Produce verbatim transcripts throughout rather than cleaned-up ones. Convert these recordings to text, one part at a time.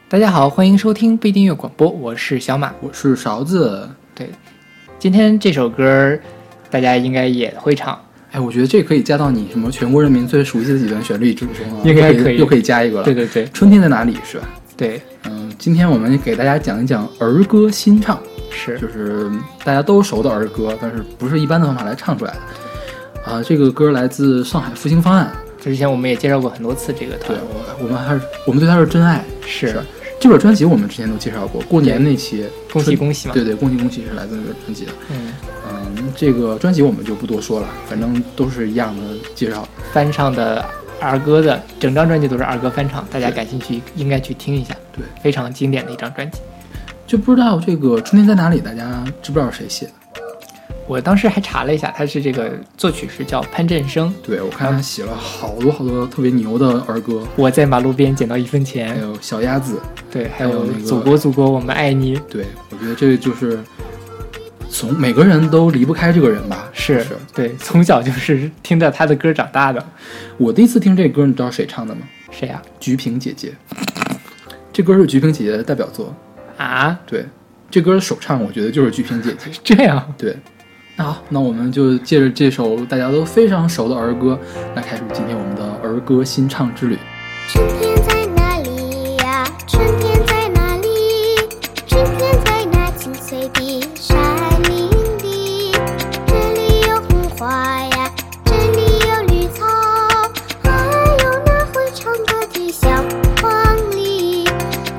大家好，欢迎收听被订阅广播，我是小马， 我是勺子。 对，今天这首歌大家应该也会唱。 哎，我觉得这可以加到你什么全国人民最熟悉的几段旋律之中啊， 应该可以， 又可以加一个了。 对对对， 春天在哪里是吧？ 对， 嗯，今天我们给大家讲一讲儿歌新唱， 是就是大家都熟的儿歌，但是不是一般的方法来唱出来的。啊，这个歌来自上海复兴方案。 之前我们也介绍过很多次这个团， 对，我我们还是我们对它是真爱。 是， 是这本专辑我们之前都介绍过，过年那期恭喜恭喜嘛。 对对，恭喜恭喜是来自那本专辑的。 嗯嗯，这个专辑我们就不多说了，反正都是一样的介绍。 翻唱的儿歌的整张专辑都是儿歌翻唱，大家感兴趣应该去听一下。 对， 非常经典的一张专辑。 就不知道这个《春天在哪里》，大家知不知道谁写的？ 我当时还查了一下，他是这个作曲是叫潘振声。 对，我看他写了好多好多特别牛的儿歌。 我在马路边捡到一分钱， 还有小鸭子， 对，还有、那个、 祖国祖国我们爱你。 对，我觉得这就是从每个人都离不开这个人吧。 是， 是对，从小就是听着他的歌长大的。 我第一次听这歌，你知道谁唱的吗？ 谁呀、啊？ 菊萍姐姐。这歌是菊萍姐姐的代表作啊。 对，这歌的首唱我觉得就是菊萍姐姐。 这样。 对。那好，那我们就借着这首大家都非常熟的儿歌，来开始今天我们的儿歌新唱之旅。 春天在哪里呀？春天在哪里？春天在那青翠的山林里，这里有红花呀，这里有绿草，还有那会唱歌的小黄鹂。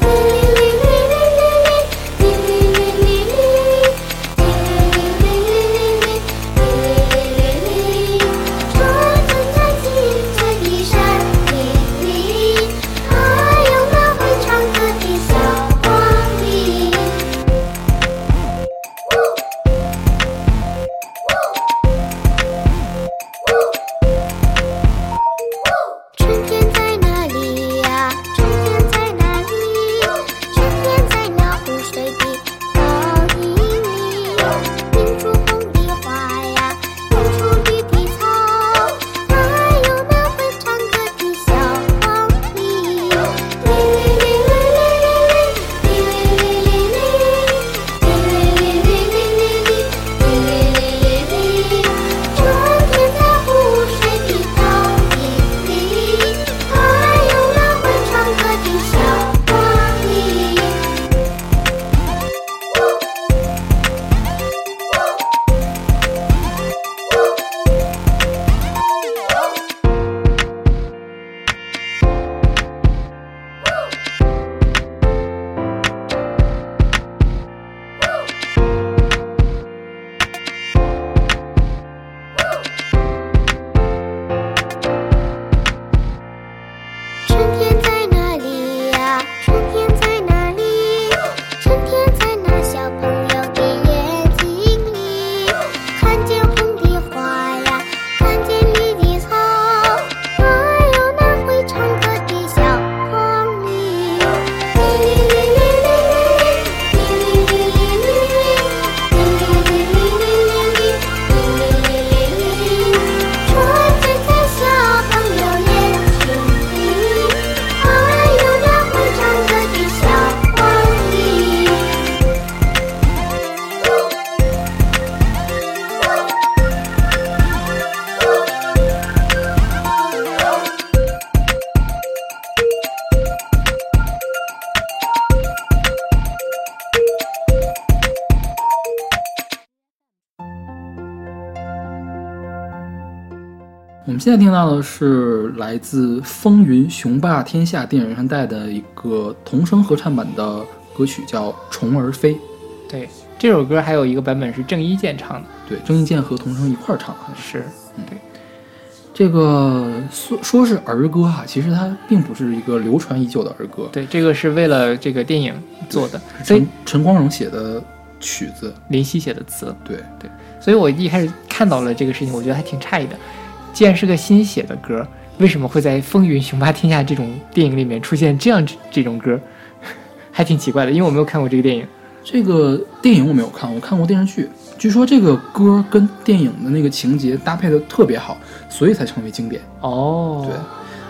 我们现在听到的是来自《风云雄霸天下》电影原声带的一个童声合唱版的歌曲，叫《虫儿飞》。 对，这首歌还有一个版本是郑伊健唱的。 对，郑伊健和童声一块儿唱的。 是， 嗯， 对。 这个说说是儿歌哈，其实它并不是一个流传已久的儿歌。 对，这个是为了这个电影做的。 所以陈光荣写的曲子， 林夕写的词。 对对，所以我一开始看到了这个事情，我觉得还挺诧异的。既然是个新写的歌，为什么会在《风云雄霸天下》这种电影里面出现这样这种歌，还挺奇怪的，因为我没有看过这个电影。 这个电影我没有看，我看过电视剧。据说这个歌跟电影的那个情节搭配的特别好，所以才成为经典。 哦， 对，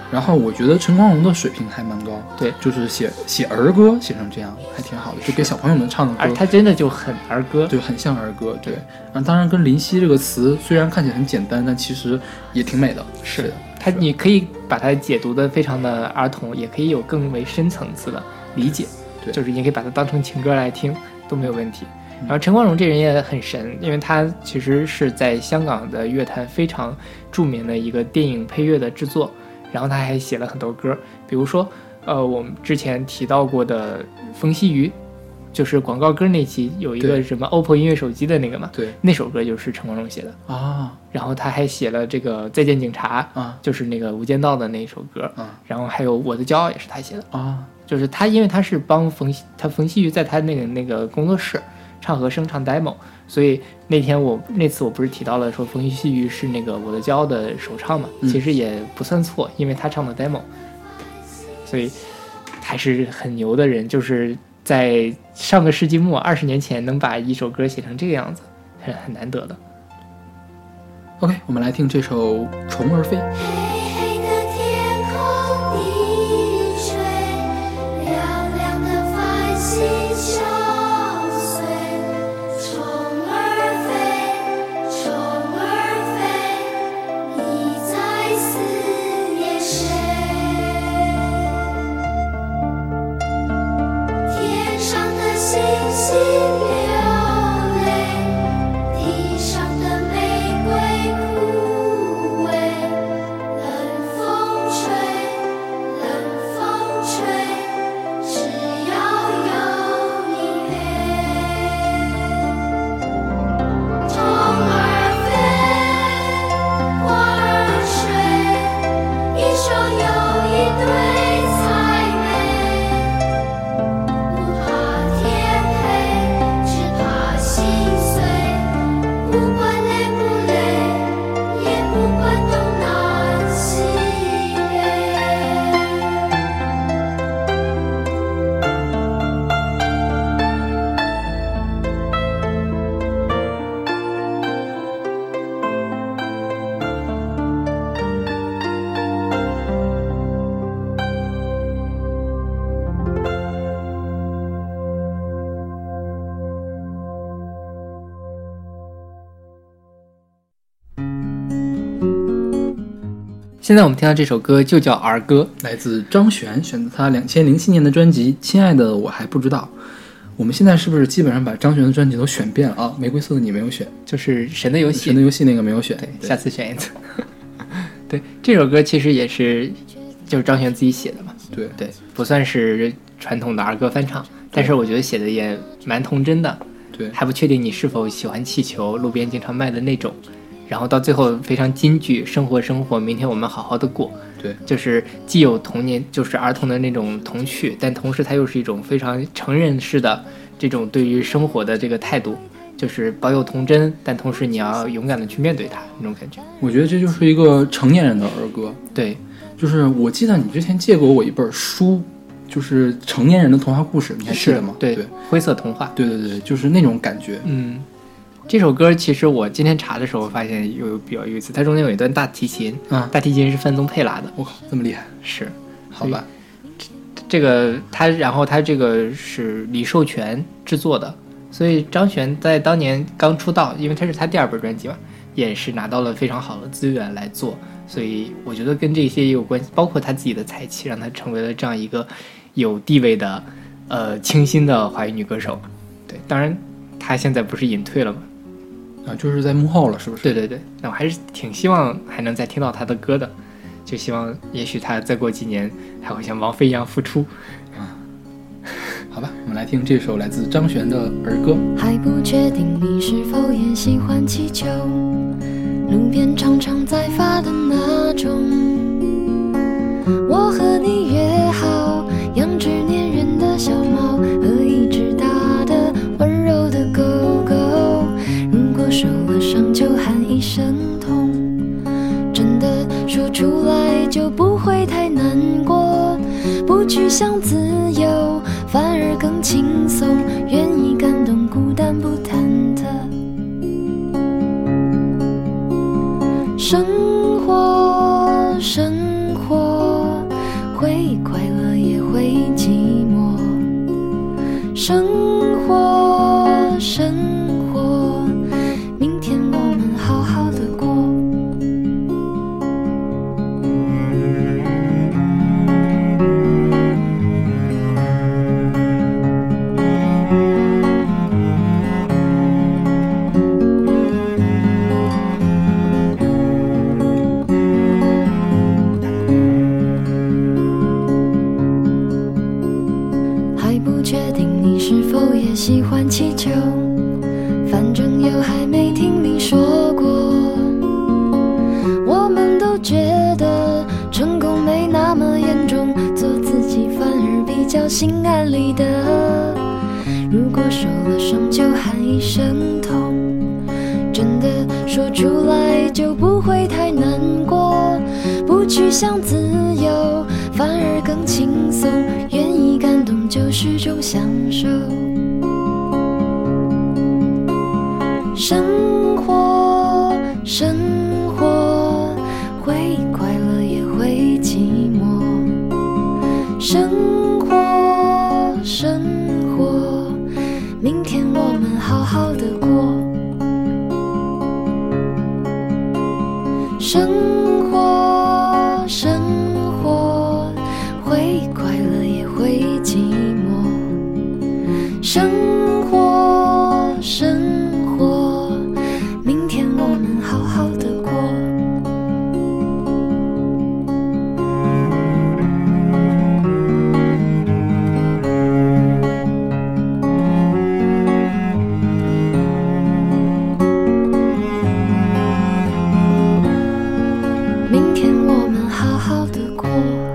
然后我觉得陈光荣的水平还蛮高， 对， 就是写写儿歌写成这样还挺好的，就给小朋友们唱的歌， 而他真的就很儿歌， 对，很像儿歌，对。啊，当然跟林夕这个词虽然看起来很简单，但其实也挺美的。 是的，它你可以把它解读的非常的儿童，也可以有更为深层次的理解， 对， 就是你可以把它当成情歌来听都没有问题。然后陈光荣这人也很神，因为他其实是在香港的乐坛非常著名的一个电影配乐的制作，然后他还写了很多歌，比如说呃我们之前提到过的风细雨，就是广告歌那期有一个什么 O P P O 音乐手机的那个嘛， 对， 那首歌就是陈光荣写的啊。 然后他还写了这个再见警察啊， 就是那个无间道的那一首歌啊， 然后还有我的骄傲也是他写的啊， 就是他因为他是帮冯他冯细雨在他那个那个工作室唱和声唱 demo， 所以那天我那次我不是提到了说冯细雨是那个我的骄傲的首唱嘛、嗯、其实也不算错，因为他唱的 demo， 所以还是很牛的人，就是在上个世纪末二十年前能把一首歌写成这个样子，很很难得的。 OK， 我们来听这首《虫儿飞》。 现在我们听到这首歌就叫儿歌， 来自张悬，选择他两千零七年的专辑《亲爱的我还不知道》。我们现在是不是基本上把张悬的专辑都选遍了啊？玫瑰色的你没有选， 就是神的游戏， 神的游戏那个没有选， 对，对下次选一次。对，这首歌其实也是就是张悬自己写的嘛， 对对，不算是传统的儿歌翻唱，但是我觉得写的也蛮童真的， 对， 还不确定你是否喜欢气球，路边经常卖的那种。然后到最后非常金句，生活生活，明天我们好好的过。 对， 就是既有童年，就是儿童的那种童趣，但同时它又是一种非常成人式的这种对于生活的这个态度，就是保有童真，但同时你要勇敢的去面对它那种感觉。 我觉得这就是一个成年人的儿歌。 对， 就是我记得你之前借过我一本书，就是成年人的童话故事，你还记得吗？ 对对， 灰色童话。 对对对，就是那种感觉。 嗯。这首歌其实我今天查的时候发现有比较有意思，它中间有一段大提琴， 嗯， 大提琴是范宗沛拉的。 我靠，这么厉害！ 是， 好吧。 这个他，然后他这个是李寿全制作的，所以张悬在当年刚出道，因为他是他第二本专辑嘛，也是拿到了非常好的资源来做，所以我觉得跟这些也有关系，包括他自己的才气，让他成为了这样一个有地位的，呃，清新的华语女歌手。对，当然他现在不是隐退了吗？ 啊，就是在幕后了，是不是？ 对对对，那我还是挺希望还能再听到他的歌的，就希望也许他再过几年还会像王菲一样复出。 啊，好吧，我们来听这首来自张悬的儿歌。 还不确定你是否也喜欢气球，路边常常在发的那种。我和你约好，养只粘人的小猫和一只大的温柔的狗狗。受了伤就喊一声痛，真的说出来就不会太难过，不去想自由反而更轻松，愿意感动孤单不忐忑。生活生活到心安理得。如果受了伤就喊一声痛，真的说出来就不会太难过。不去想自由，反而更轻松。愿意感动就是种享受。生活，生活，会快乐也会寂寞。生活，生活，明天我们好好的过。生活，生活，会快乐也会寂寞。生活，生活，明天我们好好的过。明天我们好好的过。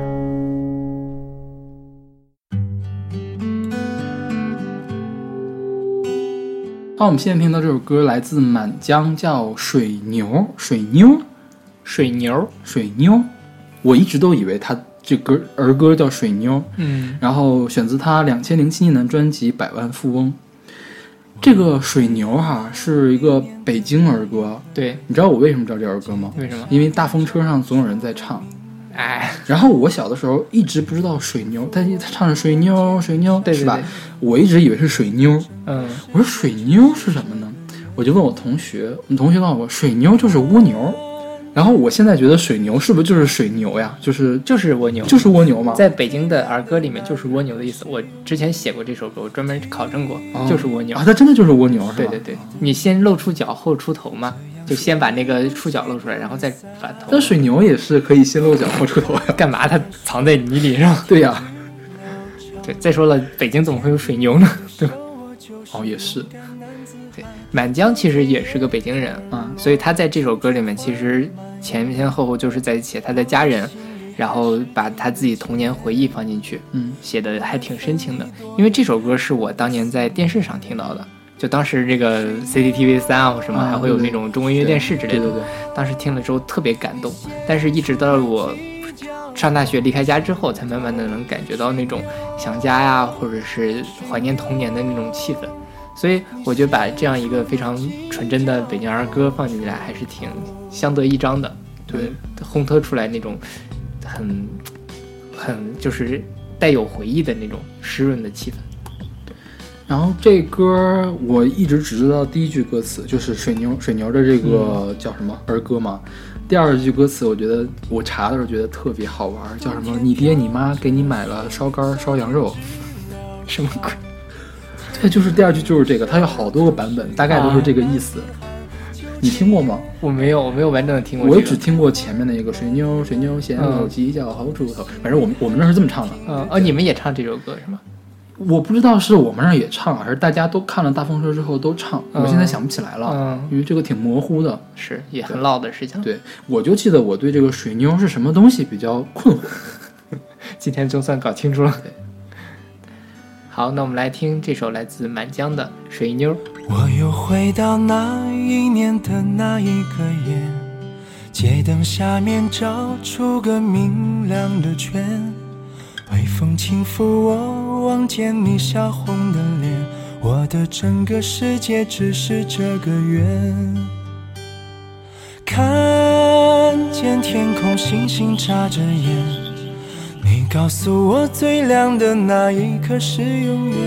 好，我们现在听到这首歌来自满江，叫《水牛》，水妞， 水牛， 水妞。我一直都以为他这歌儿歌叫水妞， 嗯， 然后选自他两千零七年的专辑《百万富翁》。这个水牛哈是一个北京儿歌， 对， 你知道我为什么知道这儿歌吗？ 为什么？ 因为大风车上总有人在唱。 哎， 然后我小的时候一直不知道水牛，他他唱着水妞水妞， 对对对是吧？我一直以为是水妞。 嗯， 我说水妞是什么呢？我就问我同学，我们同学告诉我，水妞就是蜗牛。然后我现在觉得水牛是不是就是水牛呀？就是就是蜗牛， 就是蜗牛吗？ 在北京的儿歌里面就是蜗牛的意思。我之前写过这首歌，我专门考证过， 哦、 就是蜗牛啊，它真的就是蜗牛，是吧？ 对对对，你先露出脚后出头嘛，就先把那个触角露出来，然后再把头。 但水牛也是可以先露脚后出头呀？ 干嘛？它藏在泥里上？ 对呀。 对，再说了，北京怎么会有水牛呢？对吧？ 哦，也是。 对，满江其实也是个北京人， 嗯， 所以他在这首歌里面其实前前后后就是在写他的家人，然后把他自己童年回忆放进去， 嗯， 写的还挺深情的。因为这首歌是我当年在电视上听到的，就当时这个 C C T V 三啊什么，还会有那种中国音乐电视之类的， 对对对， 当时听了之后特别感动。但是一直到我上大学离开家之后，才慢慢的能感觉到那种想家呀，或者是怀念童年的那种气氛。所以我觉得把这样一个非常纯真的北京儿歌放进来，还是挺相得益彰的。 对， 烘托出来那种很很就是带有回忆的那种湿润的气氛。 然后这歌我一直只知道第一句歌词，就是水牛水牛的这个叫什么儿歌嘛。第二句歌词我觉得我查的时候觉得特别好玩，叫什么你爹你妈给你买了烧肝烧羊肉， 什么鬼？ 对，就是第二句就是这个，它有好多个版本，大概都是这个意思。啊、你听过吗？ 我没有，我没有完整的听过、这个。 我只听过前面的一个水牛水牛先有犄角好出头，反正我们我们那是这么唱的。 嗯，哦，你们也唱这首歌是吗？ 我不知道是我们那儿也唱，还是大家都看了大风车之后都唱，嗯、我现在想不起来了， 嗯， 因为这个挺模糊的， 是也很老的事情。 对，我就记得我对这个水妞是什么东西比较困惑， 今天总算搞清楚了。好，那我们来听这首来自满江的《水妞》。 我又回到那一年的那一个夜，街灯下面照出个明亮的圈，微风轻拂我，望见你笑红的脸，我的整个世界只是这个圆。看见天空星星眨着眼，你告诉我最亮的那一刻是永远，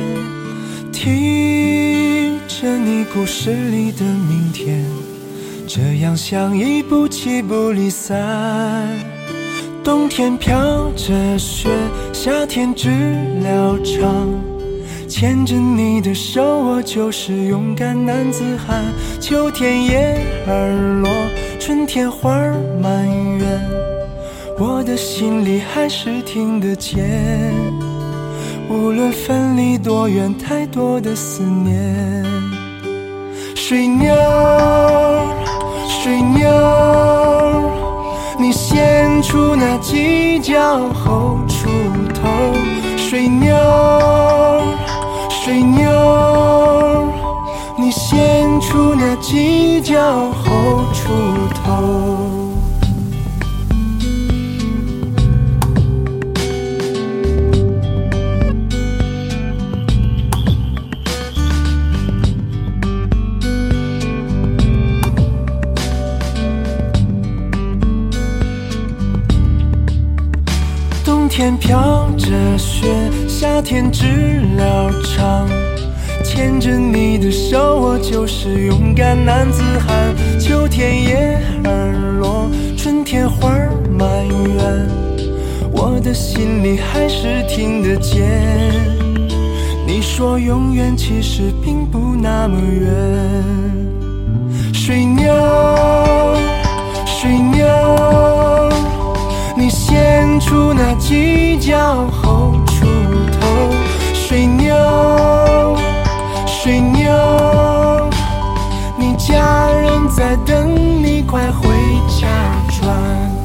听着你故事里的明天，这样像一部吉卜力散。冬天飘着雪，夏天知了唱，牵着你的手我就是勇敢男子汉。秋天叶儿落，春天花儿满园，我的心里还是听得见，无论分离多远，太多的思念。水妞水妞，你先出那犄角后出头，水水牛，水牛，你先出那犄角后出头。冬天飘着雪，夏天知了唱，牵着你的手，我就是勇敢男子汉。秋天叶儿落，春天花儿满园，我的心里还是听得见。你说永远其实并不那么远。水牛，水牛，你先出那犄角后出头。水牛，水牛，你家人在等你，快回家转。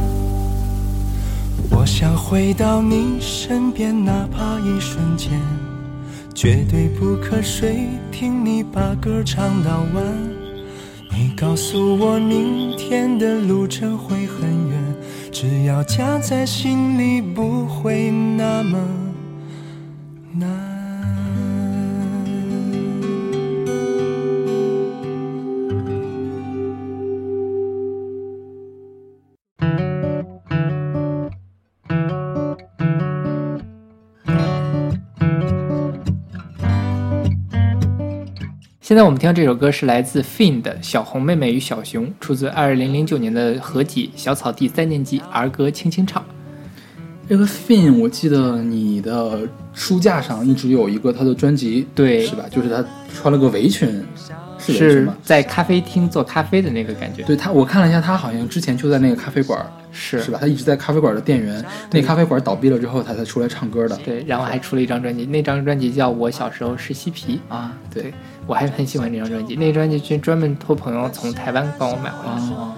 我想回到你身边，哪怕一瞬间，绝对不瞌睡，听你把歌唱到晚。你告诉我明天的路程会很远，只要家在心里，不会那么难。 现在我们听到这首歌是来自 Fin 的《小红妹妹与小熊》，出自二零零九年的合集《小草地三年级儿歌轻轻唱》。 这个 Fin 我记得你的书架上一直有一个他的专辑， 对， 是吧？就是他穿了个围裙，是围裙是吗？ 在咖啡厅做咖啡的那个感觉。 对他，我看了一下，他好像之前就在那个咖啡馆， 是是吧？他一直在咖啡馆的店员，那咖啡馆倒闭了之后，他才出来唱歌的。 对，然后还出了一张专辑，那张专辑叫《我小时候是嬉皮》 啊，对， 对我还很喜欢这张专辑，那张专辑专门托朋友从台湾帮我买回来。 啊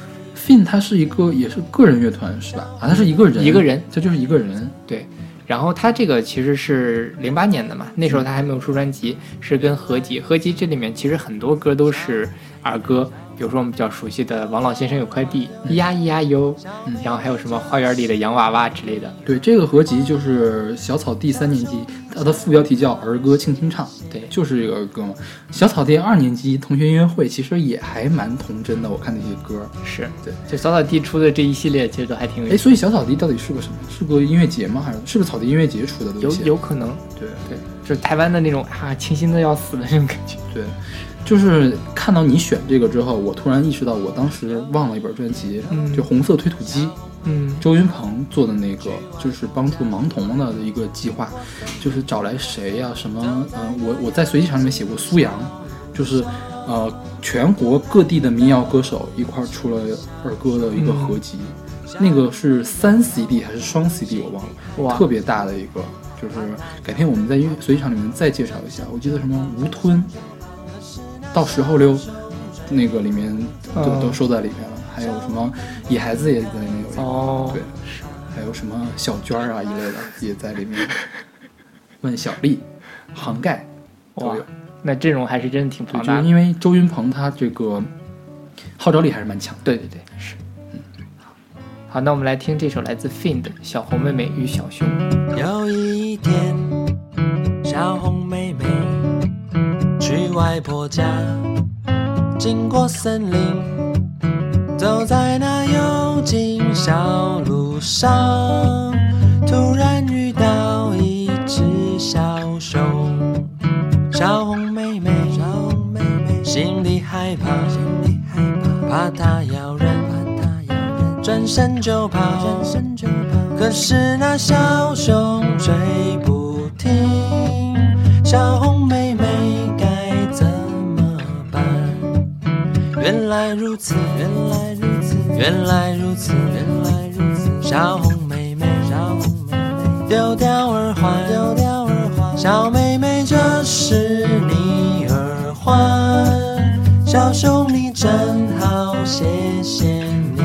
Fin 他是一个也是个人乐团是吧？啊，他是一个人， 一个人， 他就是一个人。 对，然后他这个其实是零八年的嘛，那时候他还没有出专辑，是跟合集。合集这里面其实很多歌都是儿歌，比如说我们比较熟悉的《王老先生有块地》，咿呀咿呀哟， 嗯， 然后还有什么花园里的洋娃娃之类的。 对，这个合集就是小草地三年级，它的副标题叫儿歌轻轻唱， 对， 就是这个儿歌嘛。小草地二年级同学音乐会其实也还蛮童真的，我看那些歌是对， 就小草地出的这一系列其实都还挺有意哎， 思。 所以小草地到底是个什么？是个音乐节吗？还是是不是草地音乐节出的东有西？ 有可能， 对对，就是台湾的那种啊，清新的要死的那种感觉。 对，就是看到你选这个之后，我突然意识到我当时忘了一本专辑， 嗯就红色推土机。 嗯， 周云鹏做的那个就是帮助盲童的一个计划，就是找来谁呀、啊？什么？呃，我我在随机场里面写过苏阳，就是呃全国各地的民谣歌手一块出了儿歌的一个合集，嗯、那个是三 C D 还是双 C D 我忘了， 哇， 特别大的一个，就是改天我们在随机场里面再介绍一下。我记得什么吴吞到时候溜那个里面都、嗯、都收在里面了。还有什么野孩子也在里面有一个， 哦， 对，还有什么小娟啊一类的也在里面。问小丽、杭盖都有， 那阵容还是真的挺庞大的。 因为周云鹏他这个号召力还是蛮强的。 对对对，是。嗯，好，那我们来听这首来自 Fin 的《小红妹妹与小熊》。 有一天，小红妹妹去外婆家，经过森林。走在那幽静小路上，突然遇到一只小熊。小红妹妹心里害怕，怕它咬人，转身就跑。可是那小熊追不停，小红妹妹该怎么办？原来如此，原来如此，原来如此，原来如此。小红妹妹，小红妹妹，丢掉耳环，丢掉耳环。小妹妹，这是你耳环。小熊你真好，谢谢你。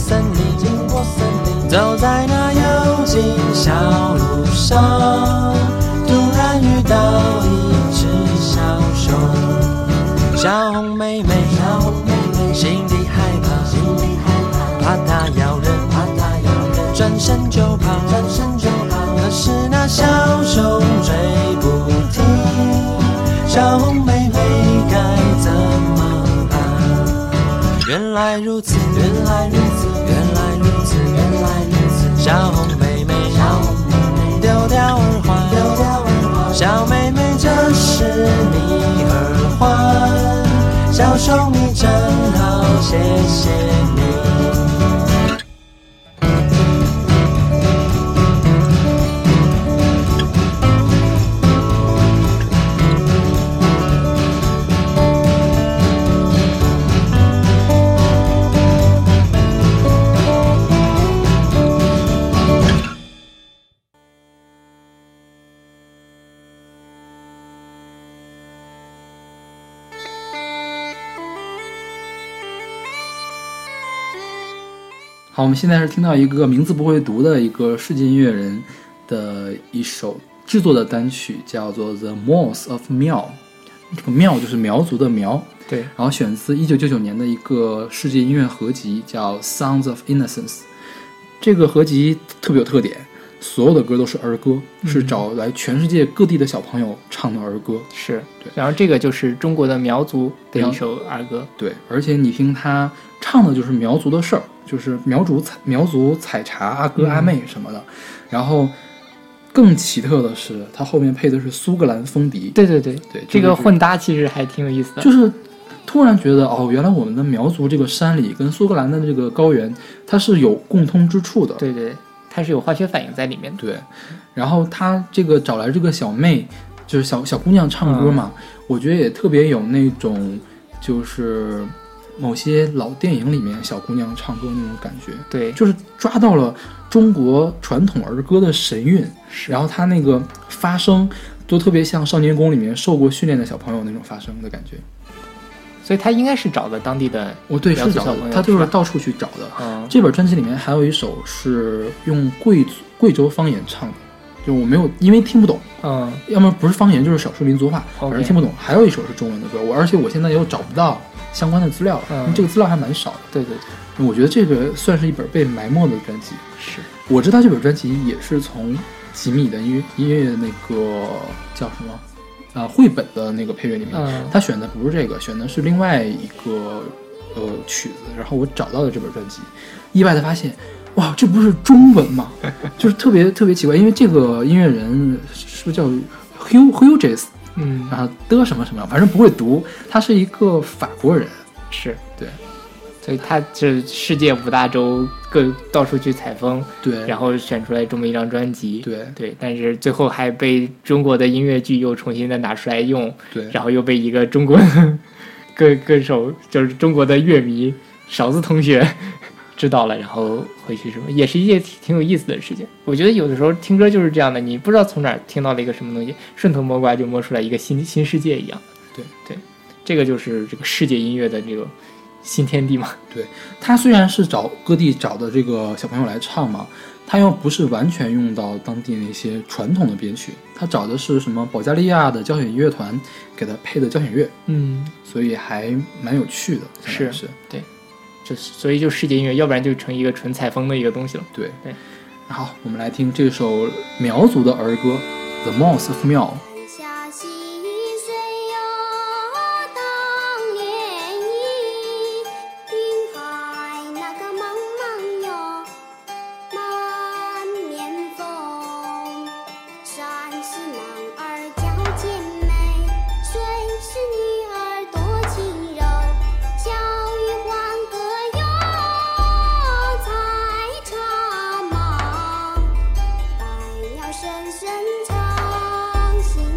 森林，经过森林，走在那幽静小路上，突然遇到一只小熊，小红妹妹，小红妹妹，心里害怕，心里害怕，怕它咬人，怕它咬人，转身就跑，转身就跑，可是那小熊追不停，小红妹妹该怎么办？原来如此，原来如此，原来如此，原来如此，小红妹妹，小红妹妹，丢掉耳环，丢掉耳环，小妹妹，这是你耳环，小熊你真好，谢谢你。 好，我们现在是听到一个名字不会读的一个世界音乐人的一首制作的单曲，叫做 The Moss of 苗，这个苗就是苗族的苗， 对， 然后选自一九九九年的一个世界音乐合集，叫 Sounds of Innocence。这个合集特别有特点，所有的歌都是儿歌， 嗯、 是找来全世界各地的小朋友唱的儿歌。 是， 对。 然后这个就是中国的苗族的一首儿歌。 对，而且你听他唱的就是苗族的事儿，就是苗族采苗族采茶阿哥阿妹什么的。嗯、然后更奇特的是，他后面配的是苏格兰风笛。 对对对对， 这个混搭其实还挺有意思的。 就是突然觉得哦，原来我们的苗族这个山里跟苏格兰的这个高原，它是有共通之处的。 对对，它是有化学反应在里面的。 对，然后他这个找来这个小妹，就是小小姑娘唱歌嘛，嗯、我觉得也特别有那种就是某些老电影里面小姑娘唱歌那种感觉。 对， 就是抓到了中国传统儿歌的神韵，然后他那个发声都特别像少年宫里面受过训练的小朋友那种发声的感觉。 所以他应该是找的当地的哦，对，是找的，他就是到处去找的。 嗯， 这本专辑里面还有一首是用贵贵州方言唱的，就我没有因为听不懂， 嗯， 要么不是方言就是少数民族话， 反正听不懂。还有一首是中文的歌，我而且我现在又找不到相关的资料了， 嗯， 因为这个资料还蛮少的。 对对对，我觉得这个算是一本被埋没的专辑。 是， 我知道这本专辑也是从吉米的音乐音乐那个叫什么？啊、呃，绘本的那个配乐里面， 嗯、 他选的不是这个，选的是另外一个呃曲子。然后我找到了这本专辑，意外的发现，哇，这不是中文吗？就是特别特别奇怪，因为这个音乐人是不是叫 Hugh Hughes？ 嗯， 然后的什么什么，反正不会读，他是一个法国人， 是对。 所以他这世界五大洲各到处去采风， 对， 然后选出来这么一张专辑， 对对，但是最后还被中国的音乐剧又重新的拿出来用， 对， 然后又被一个中国歌歌手，就是中国的乐迷勺子同学知道了，然后回去什么，也是一件挺有意思的事情。我觉得有的时候听歌就是这样的，你不知道从哪儿听到了一个什么东西，顺藤摸瓜就摸出来一个新新世界一样。 对对，这个就是这个世界音乐的这个新天地嘛。 对，他虽然是找各地找的这个小朋友来唱嘛，他又不是完全用到当地那些传统的编曲，他找的是什么保加利亚的交响乐团给他配的交响乐， 嗯， 所以还蛮有趣的。 是是， 对，这所以就世界音乐，要不然就成一个纯采风的一个东西了。 对对。 好，我们来听这首苗族的儿歌《The Moss of 苗》。 深深唱。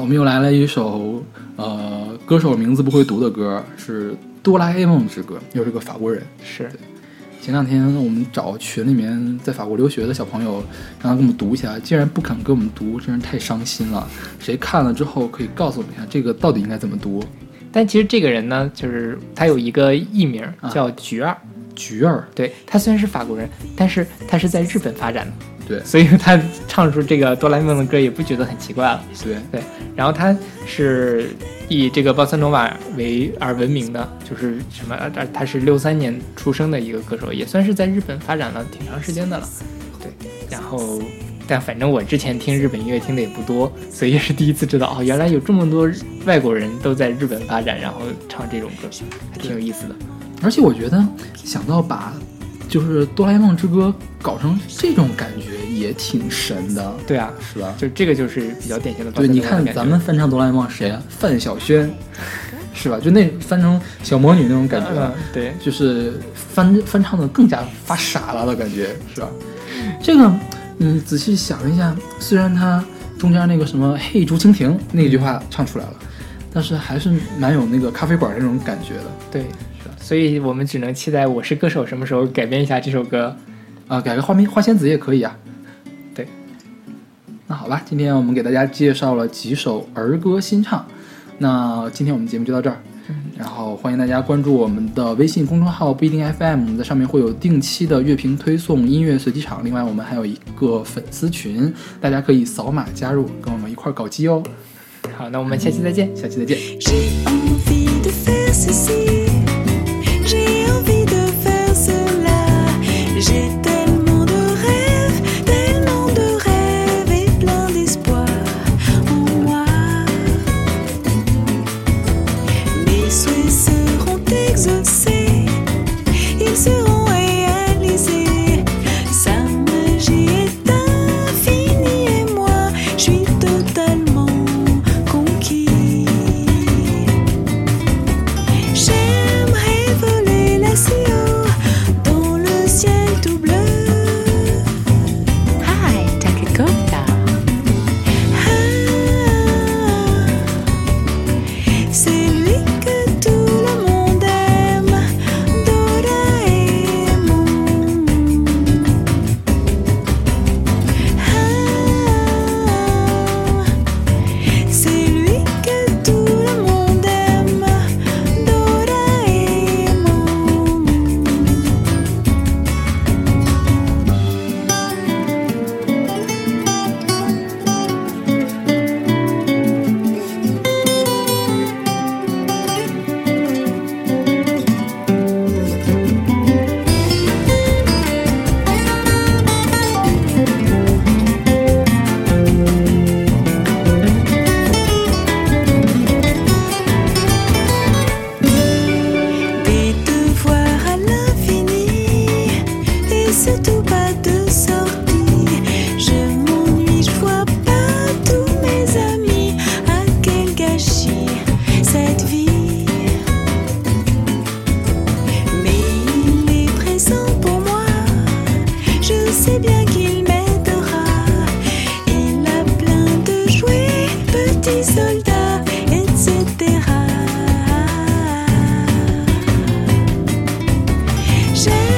我们又来了一首呃歌手名字不会读的歌，是《哆啦 A 梦之歌》，又是个法国人。 是。 前两天我们找群里面在法国留学的小朋友，让他给我们读一下，竟然不肯给我们读，真是太伤心了。谁看了之后可以告诉我们一下，这个到底应该怎么读？ 但其实这个人呢，就是他有一个艺名叫菊儿。啊、 菊儿， 对，他虽然是法国人，但是他是在日本发展的。 对， 所以他唱出这个哆啦 A 梦的歌也不觉得很奇怪了。 对对，然后他是以这个鲍萨诺瓦为而闻名的，就是什么？他是六三年出生的一个歌手，也算是在日本发展了挺长时间的了。对，然后但反正我之前听日本音乐听的也不多，所以也是第一次知道哦，原来有这么多外国人都在日本发展，然后唱这种歌，还挺有意思的。 而且我觉得想到把就是哆啦 A 梦之歌搞成这种感觉也挺神的。 对啊， 是吧？ 就这个就是比较典型的。 对，你看咱们翻唱哆啦 A 梦谁啊？范晓萱，是吧？就那翻成小魔女那种感觉， 嗯、对， 就是翻翻唱的更加发傻了的感觉，是吧？这个你仔细想一下，虽然它中间那个什么嘿竹蜻蜓那句话唱出来了，但是还是蛮有那个咖啡馆那种感觉的。 对。所以我们只能期待《我是歌手》什么时候改编一下这首歌， 啊、呃，改个花花仙子也可以啊。 对， 那好吧，今天我们给大家介绍了几首儿歌新唱，那今天我们节目就到这儿。嗯、然后欢迎大家关注我们的微信公众号不一定 F M， 我们在上面会有定期的乐评推送、音乐随机场。另外，我们还有一个粉丝群，大家可以扫码加入，跟我们一块搞基哦。 好，那我们下期再见， 下期再见。 J'ai envie de faire cela, j'ai tellement de rêves, tellement de rêves et plein d'espoir en moi. Mes souhaits seront exaucés, ils seront réalisés. Sa magie est infinie et moi, je suis totalement conquis. J'aimerais voler là-si haut dans le ciel tout bleu. Hi, Takakota. Ah, c'est lui que tout le monde aime, Doraemon. Ah, c'est lui que tout le monde aime, Doraemon. Des devoirs à l'infini et surtout pas de sortie. Je m'ennuie, je vois pas tous mes amis. À quel gâchis cette vie. Mais il est présent pour moi. Je sais bien qu'il m'aidera. Il a plein de jouets, petits soldats, et cetera. J'aime